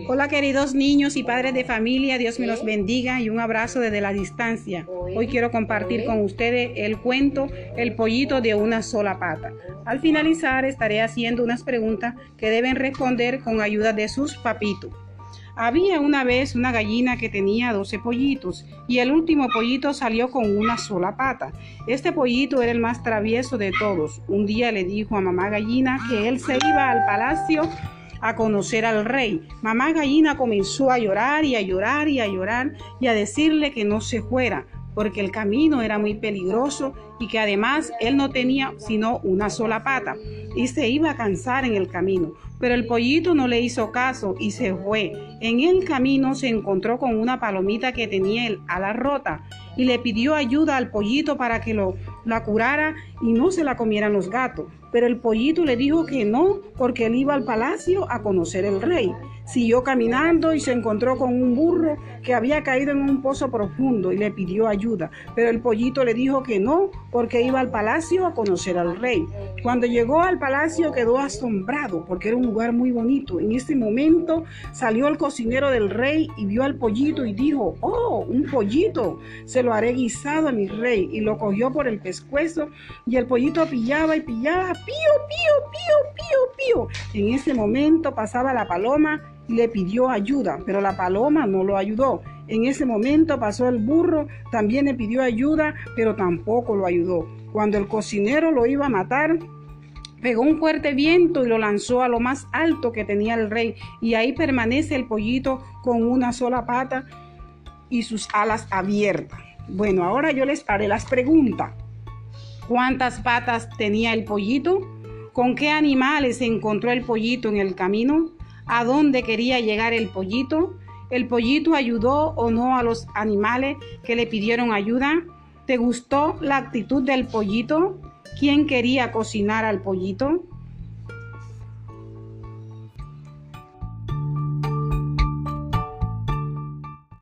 Hola queridos niños y padres de familia, Dios me los bendiga y un abrazo desde la distancia. Hoy quiero compartir con ustedes el cuento El pollito de una sola pata. Al finalizar estaré haciendo unas preguntas que deben responder con ayuda de sus papitos. Había una vez una gallina que tenía 12 pollitos y el último pollito salió con una sola pata. Este pollito era el más travieso de todos. Un día le dijo a mamá gallina que él se iba al palacio a conocer al rey. Mamá gallina comenzó a llorar y a llorar y a llorar y a decirle que no se fuera, porque el camino era muy peligroso y que además él no tenía sino una sola pata y se iba a cansar en el camino. Pero el pollito no le hizo caso y se fue. En el camino se encontró con una palomita que tenía el ala rota y le pidió ayuda al pollito para que la curara y no se la comieran los gatos. Pero el pollito le dijo que no, porque él iba al palacio a conocer al rey. Siguió caminando y se encontró con un burro que había caído en un pozo profundo y le pidió ayuda. Pero el pollito le dijo que no, porque iba al palacio a conocer al rey. Cuando llegó al palacio quedó asombrado, porque era un lugar muy bonito. En ese momento salió el cocinero del rey y vio al pollito y dijo: «Oh, un pollito, se lo haré guisado a mi rey». Y lo cogió por el pescuezo y el pollito pillaba y pillaba, pío, pío, pío, pío, pío. En ese momento pasaba la paloma y le pidió ayuda, pero la paloma no lo ayudó. En ese momento pasó el burro, también le pidió ayuda, pero tampoco lo ayudó. Cuando el cocinero lo iba a matar, pegó un fuerte viento y lo lanzó a lo más alto que tenía el rey, y ahí permanece el pollito con una sola pata y sus alas abiertas. Bueno, ahora yo les haré las preguntas. ¿Cuántas patas tenía el pollito? ¿Con qué animales se encontró el pollito en el camino? ¿A dónde quería llegar el pollito? ¿El pollito ayudó o no a los animales que le pidieron ayuda? ¿Te gustó la actitud del pollito? ¿Quién quería cocinar al pollito?